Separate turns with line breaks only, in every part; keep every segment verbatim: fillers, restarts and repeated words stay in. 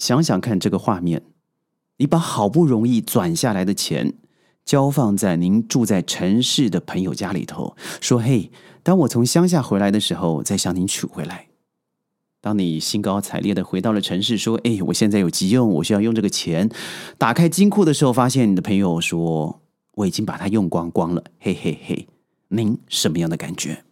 想想看这个画面，你把好不容易转下来的钱交放在您住在城市的朋友家里头，说嘿，当我从乡下回来的时候再向您取回来。当你兴高采烈的回到了城市，说哎，我现在有急用，我需要用这个钱，打开金库的时候发现你的朋友说我已经把它用光光了，嘿嘿嘿，您什么样的感觉？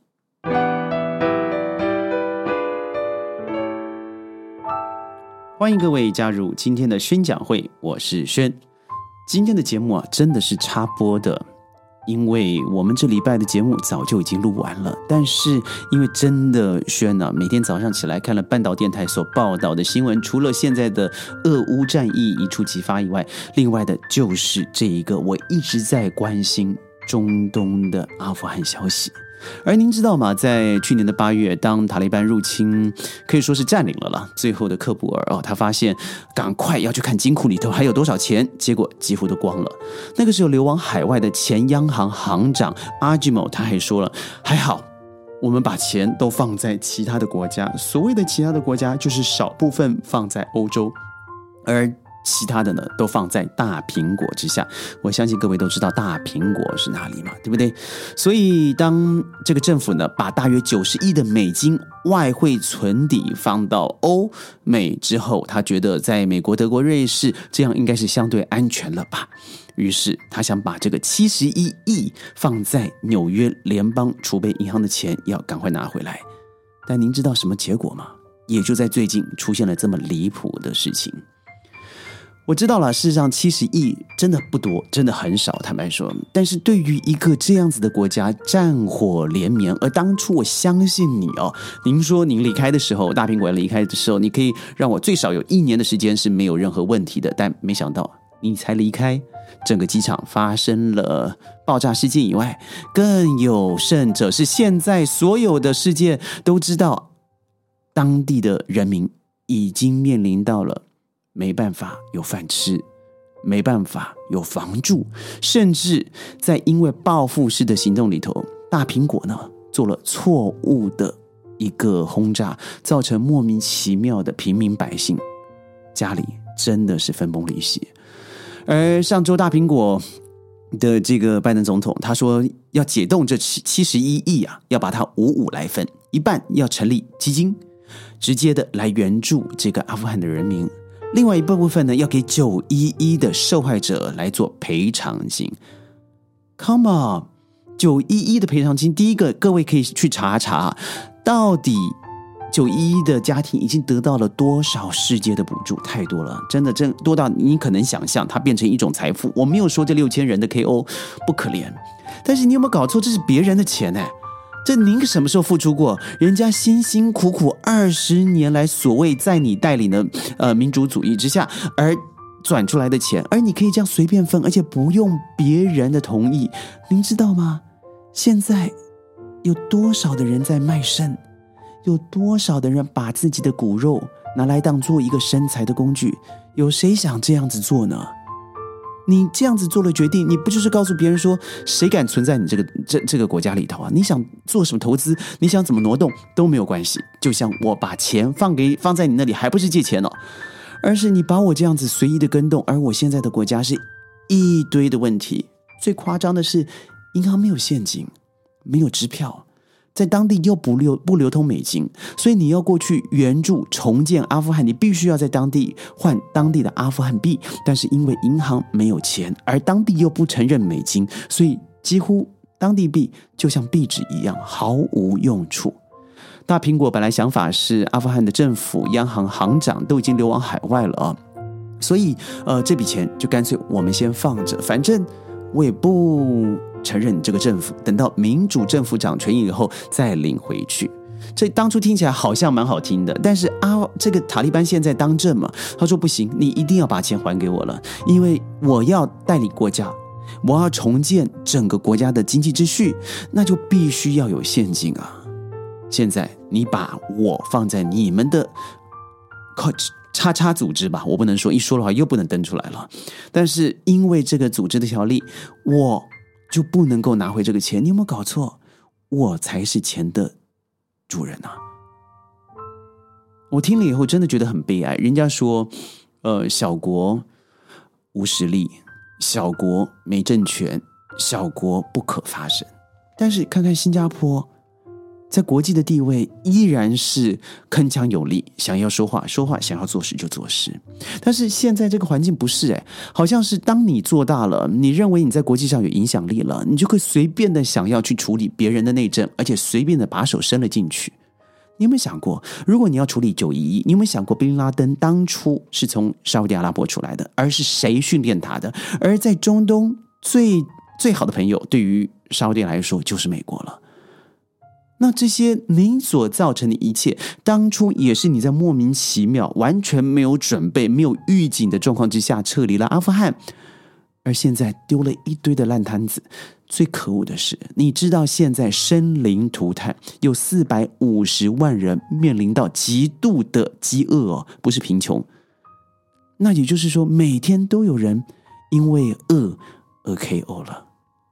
欢迎各位加入今天的宣讲会，我是轩。今天的节目啊，真的是插播的，因为我们这礼拜的节目早就已经录完了，但是因为真的轩啊，每天早上起来看了半岛电台所报道的新闻，除了现在的俄乌战役一触即发以外，另外的就是这一个我一直在关心中东的阿富汗消息。而您知道吗，在去年的八月，当塔利班入侵可以说是占领了啦，最后的喀布尔、哦、他发现赶快要去看金库里头还有多少钱，结果几乎都光了。那个时候流亡海外的前央行行长阿吉莫他还说了，还好我们把钱都放在其他的国家，所谓的其他的国家就是少部分放在欧洲，而其他的呢都放在大苹果之下。我相信各位都知道大苹果是哪里嘛，对不对？所以当这个政府呢把大约九十亿的美金外汇存底放到欧美之后，他觉得在美国、德国、瑞士这样应该是相对安全了吧，于是他想把这个七十一亿放在纽约联邦储备银行的钱要赶快拿回来。但您知道什么结果吗？也就在最近出现了这么离谱的事情。我知道了，事实上七十亿真的不多，真的很少，坦白说。但是对于一个这样子的国家，战火连绵，而当初我相信你哦，您说您离开的时候，大苹果离开的时候，你可以让我最少有一年的时间是没有任何问题的，但没想到你才离开，整个机场发生了爆炸事件以外，更有甚者是现在所有的世界都知道，当地的人民已经面临到了没办法有饭吃，没办法有房住，甚至在因为报复式的行动里头，大苹果呢做了错误的一个轰炸，造成莫名其妙的平民百姓家里真的是分崩离析。而上周大苹果的这个拜登总统他说要解冻这七十一亿啊，要把它五五来分，一半要成立基金，直接的来援助这个阿富汗的人民，另外一部分呢，要给九一一的受害者来做赔偿金。Come on， 九一一的赔偿金，第一个各位可以去查查，到底九一一的家庭已经得到了多少世界的补助？太多了，真的真多到你可能想象，它变成一种财富。我没有说这六千人的 K O 不可怜，但是你有没有搞错？这是别人的钱哎。这您什么时候付出过？人家辛辛苦苦二十年来，所谓在你带领的呃民主主义之下而转出来的钱，而你可以这样随便分，而且不用别人的同意，您知道吗？现在有多少的人在卖肾？有多少的人把自己的骨肉拿来当做一个生财的工具？有谁想这样子做呢？你这样子做了决定，你不就是告诉别人说，谁敢存在你这个这这个国家里头啊？你想做什么投资，你想怎么挪动都没有关系。就像我把钱放给放在你那里，还不是借钱哦，而是你把我这样子随意的跟动。而我现在的国家是一堆的问题，最夸张的是，银行没有现金，没有支票。在当地又不流不流通美金，所以你要过去援助重建阿富汗，你必须要在当地换当地的阿富汗币，但是因为银行没有钱，而当地又不承认美金，所以几乎当地币就像壁纸一样毫无用处。大苹果本来想法是阿富汗的政府、央行行长都已经流亡海外了啊，所以呃这笔钱就干脆我们先放着，反正我也不承认这个政府，等到民主政府掌权以后再领回去。这当初听起来好像蛮好听的，但是啊，这个塔利班现在当政嘛，他说不行，你一定要把钱还给我了，因为我要带领国家，我要重建整个国家的经济秩序，那就必须要有现金啊。现在你把我放在你们的叉叉组织吧，我不能说，一说的话又不能登出来了。但是因为这个组织的条例，我就不能够拿回这个钱。你有没有搞错？我才是钱的主人啊！我听了以后真的觉得很悲哀。人家说呃，小国无实力，小国没政权，小国不可发声。但是看看新加坡，在国际的地位依然是铿锵有力，想要说话说话，想要做事就做事。但是现在这个环境不是诶，好像是当你做大了，你认为你在国际上有影响力了，你就可以随便的想要去处理别人的内政，而且随便的把手伸了进去。你有没有想过，如果你要处理九一一，你有没有想过宾拉登当初是从沙烏地阿拉伯出来的，而是谁训练他的？而在中东最最好的朋友对于沙烏地来说就是美国了。那这些你所造成的一切，当初也是你在莫名其妙、完全没有准备、没有预警的状况之下撤离了阿富汗，而现在丢了一堆的烂摊子。最可恶的是，你知道现在生灵涂炭，有四百五十万人面临到极度的饥饿哦，不是贫穷。那也就是说，每天都有人因为饿而 K O 了。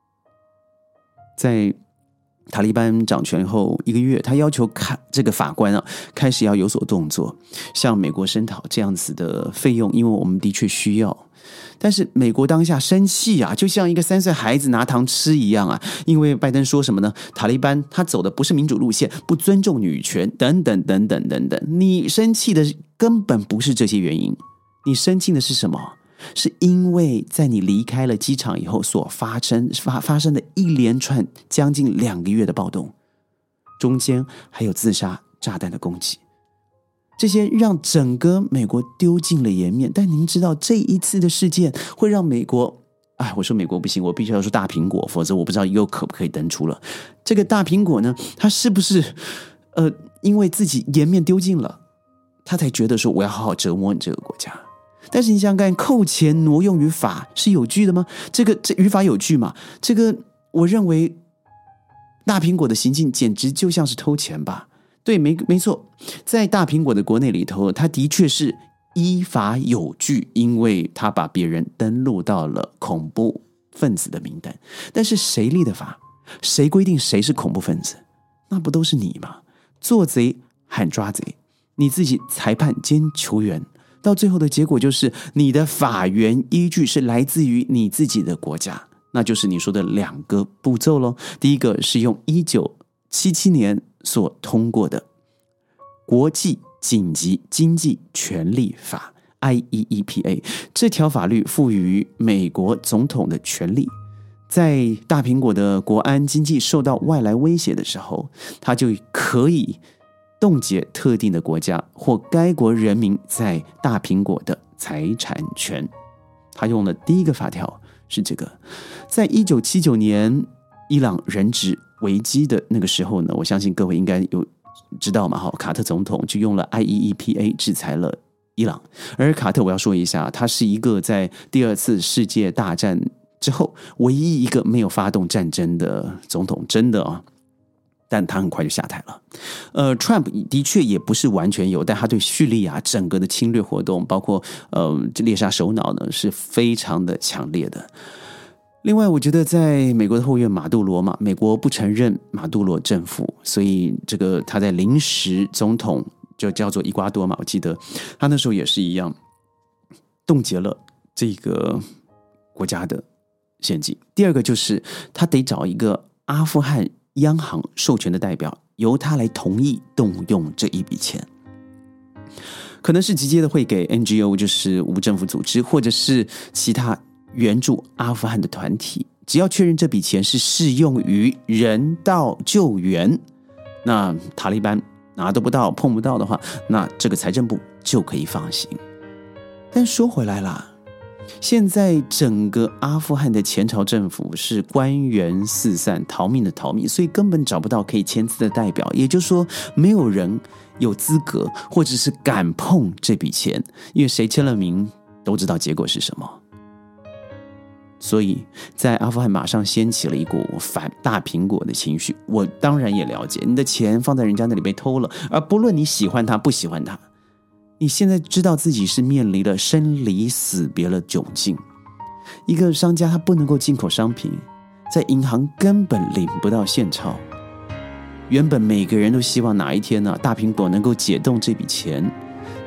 在塔利班掌权后一个月，他要求看这个法官啊，开始要有所动作，向美国申讨这样子的费用，因为我们的确需要。但是美国当下生气啊，就像一个三岁孩子拿糖吃一样啊！因为拜登说什么呢？塔利班他走的不是民主路线，不尊重女权，等等等等等等。你生气的根本不是这些原因，你生气的是什么？是因为在你离开了机场以后所发生发发生的一连串将近两个月的暴动，中间还有自杀炸弹的攻击，这些让整个美国丢尽了颜面。但您知道这一次的事件会让美国，哎，我说美国不行，我必须要说大苹果，否则我不知道又可不可以登出了。这个大苹果呢，他是不是呃因为自己颜面丢尽了，他才觉得说我要好好折磨你这个国家？但是你想想看，扣钱挪用于法是有据的吗？这个这于法有据嘛？这个我认为大苹果的行径简直就像是偷钱吧。对，没没错，在大苹果的国内里头，他的确是依法有据，因为他把别人登录到了恐怖分子的名单。但是谁立的法？谁规定谁是恐怖分子？那不都是你吗？做贼喊抓贼，你自己裁判兼球员，到最后的结果就是你的法源依据是来自于你自己的国家，那就是你说的两个步骤咯。第一个是用一九七七年所通过的国际紧急经济权利法 I E E P A， 这条法律赋予美国总统的权利，在大苹果的国安经济受到外来威胁的时候，他就可以冻结特定的国家或该国人民在大苹果的财产权。他用的第一个法条是这个。在一九七九年伊朗人质危机的那个时候呢，我相信各位应该有知道嘛，卡特总统就用了 I E E P A 制裁了伊朗。而卡特我要说一下，他是一个在第二次世界大战之后唯一一个没有发动战争的总统，真的啊，但他很快就下台了。呃 Trump 的确也不是完全有，但他对叙利亚整个的侵略活动，包括呃猎杀首脑呢，是非常的强烈的。另外我觉得在美国的后院马杜罗嘛，美国不承认马杜罗政府，所以这个他在临时总统就叫做伊瓜多嘛，我记得他那时候也是一样冻结了这个国家的现金。第二个就是他得找一个阿富汗央行授权的代表，由他来同意动用这一笔钱，可能是直接的会给 N G O， 就是无政府组织，或者是其他援助阿富汗的团体。只要确认这笔钱是适用于人道救援，那塔利班拿得不到碰不到的话，那这个财政部就可以放行。但说回来啦，现在整个阿富汗的前朝政府是官员四散，逃命的逃命，所以根本找不到可以签字的代表，也就是说没有人有资格或者是敢碰这笔钱，因为谁签了名都知道结果是什么。所以在阿富汗马上掀起了一股反大苹果的情绪。我当然也了解，你的钱放在人家那里被偷了，而不论你喜欢他不喜欢他，你现在知道自己是面临了生离死别的窘境。一个商家他不能够进口商品，在银行根本领不到现钞。原本每个人都希望哪一天呢、啊，大苹果能够解冻这笔钱，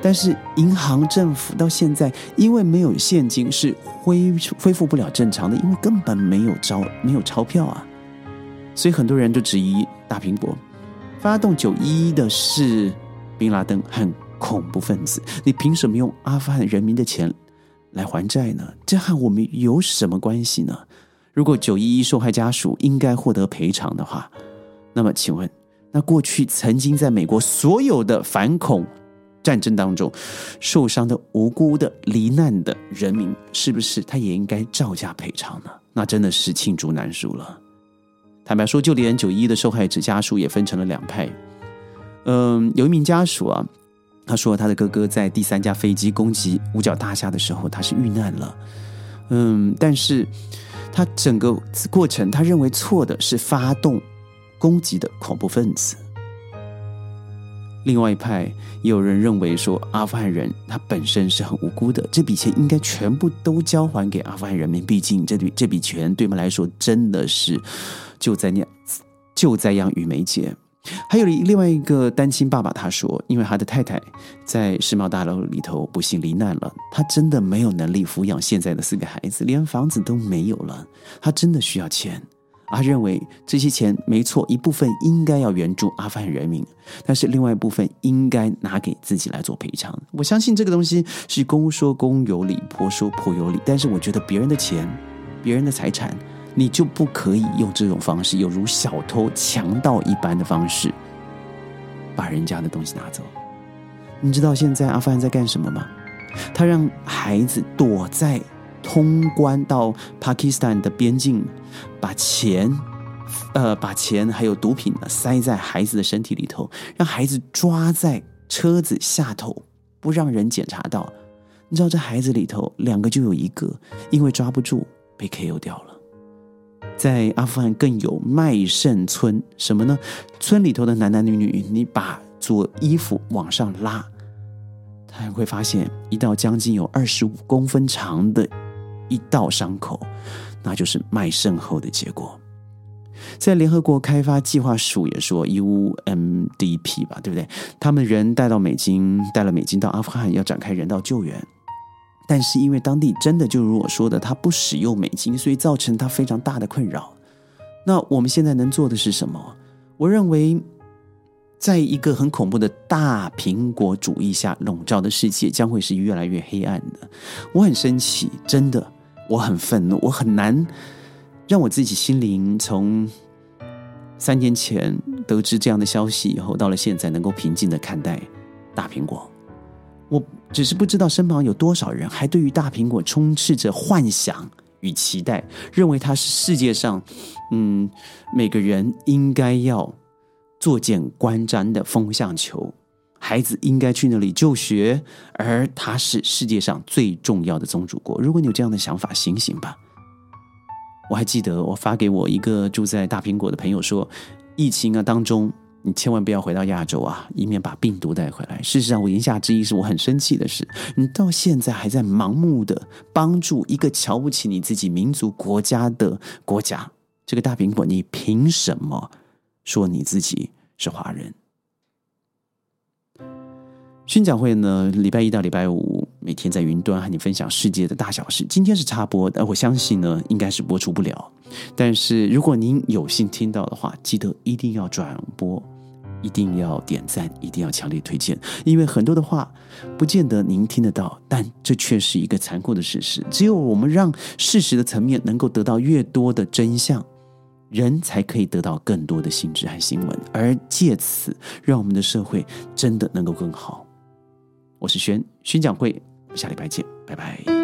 但是银行政府到现在因为没有现金是恢恢复不了正常的，因为根本没有钞没有钞票啊，所以很多人就质疑大苹果发动九一一的是宾拉登和恐怖分子，你凭什么用阿富汗人民的钱来还债呢？这和我们有什么关系呢？如果九一一受害家属应该获得赔偿的话，那么请问，那过去曾经在美国所有的反恐战争当中受伤的无辜的罹难的人民，是不是他也应该照价赔偿呢？那真的是罄竹难书了。坦白说，就连九一一的受害者家属也分成了两派。嗯，有一名家属啊，他说他的哥哥在第三架飞机攻击五角大厦的时候，他是遇难了。嗯，但是他整个过程，他认为错的是发动攻击的恐怖分子。另外一派也有人认为说，阿富汗人他本身是很无辜的，这笔钱应该全部都交还给阿富汗人民，毕竟这笔这笔钱对我们来说真的是救灾救灾殃于眉睫。还有另外一个单亲爸爸，他说因为他的太太在世贸大楼里头不幸罹难了，他真的没有能力抚养现在的四个孩子，连房子都没有了，他真的需要钱。他认为这些钱没错，一部分应该要援助阿富汗人民，但是另外一部分应该拿给自己来做赔偿。我相信这个东西是公说公有理，婆说婆有理，但是我觉得别人的钱，别人的财产，你就不可以用这种方式，有如小偷强盗一般的方式把人家的东西拿走。你知道现在阿富汗在干什么吗？他让孩子躲在通关到巴基斯坦的边境，把钱呃，把钱还有毒品呢塞在孩子的身体里头，让孩子抓在车子下头，不让人检查到。你知道这孩子里头两个就有一个因为抓不住被 K O 掉了。在阿富汗更有卖肾村，什么呢？村里头的男男女女，你把左衣服往上拉，他会发现一道将近有二十五公分长的一道伤口，那就是卖肾后的结果。在联合国开发计划署也说 U N D P 吧，对不对？他们人带到美金，带了美金到阿富汗要展开人道救援，但是因为当地真的就如我说的，他不使用美金，所以造成他非常大的困扰。那我们现在能做的是什么？我认为在一个很恐怖的大苹果主义下笼罩的世界将会是越来越黑暗的。我很生气，真的，我很愤怒，我很难让我自己心灵从三天前得知这样的消息以后，到了现在能够平静地看待大苹果。我只是不知道身旁有多少人还对于大苹果充斥着幻想与期待，认为它是世界上嗯，每个人应该要坐见观瞻的风向球，孩子应该去那里就学，而它是世界上最重要的宗主国。如果你有这样的想法，醒醒吧。我还记得我发给我一个住在大苹果的朋友说，疫情啊当中你千万不要回到亚洲啊，以免把病毒带回来。事实上我言下之意是我很生气的是，你到现在还在盲目的帮助一个瞧不起你自己民族国家的国家。这个大苹果，你凭什么说你自己是华人？宣讲会呢，礼拜一到礼拜五每天在云端和你分享世界的大小事。今天是插播的，我相信呢应该是播出不了，但是如果您有幸听到的话，记得一定要转播，一定要点赞，一定要强烈推荐，因为很多的话不见得您听得到，但这却是一个残酷的事实。只有我们让事实的层面能够得到越多的真相，人才可以得到更多的新知和新闻，而借此让我们的社会真的能够更好。我是轩，宣讲会，下礼拜见，拜拜。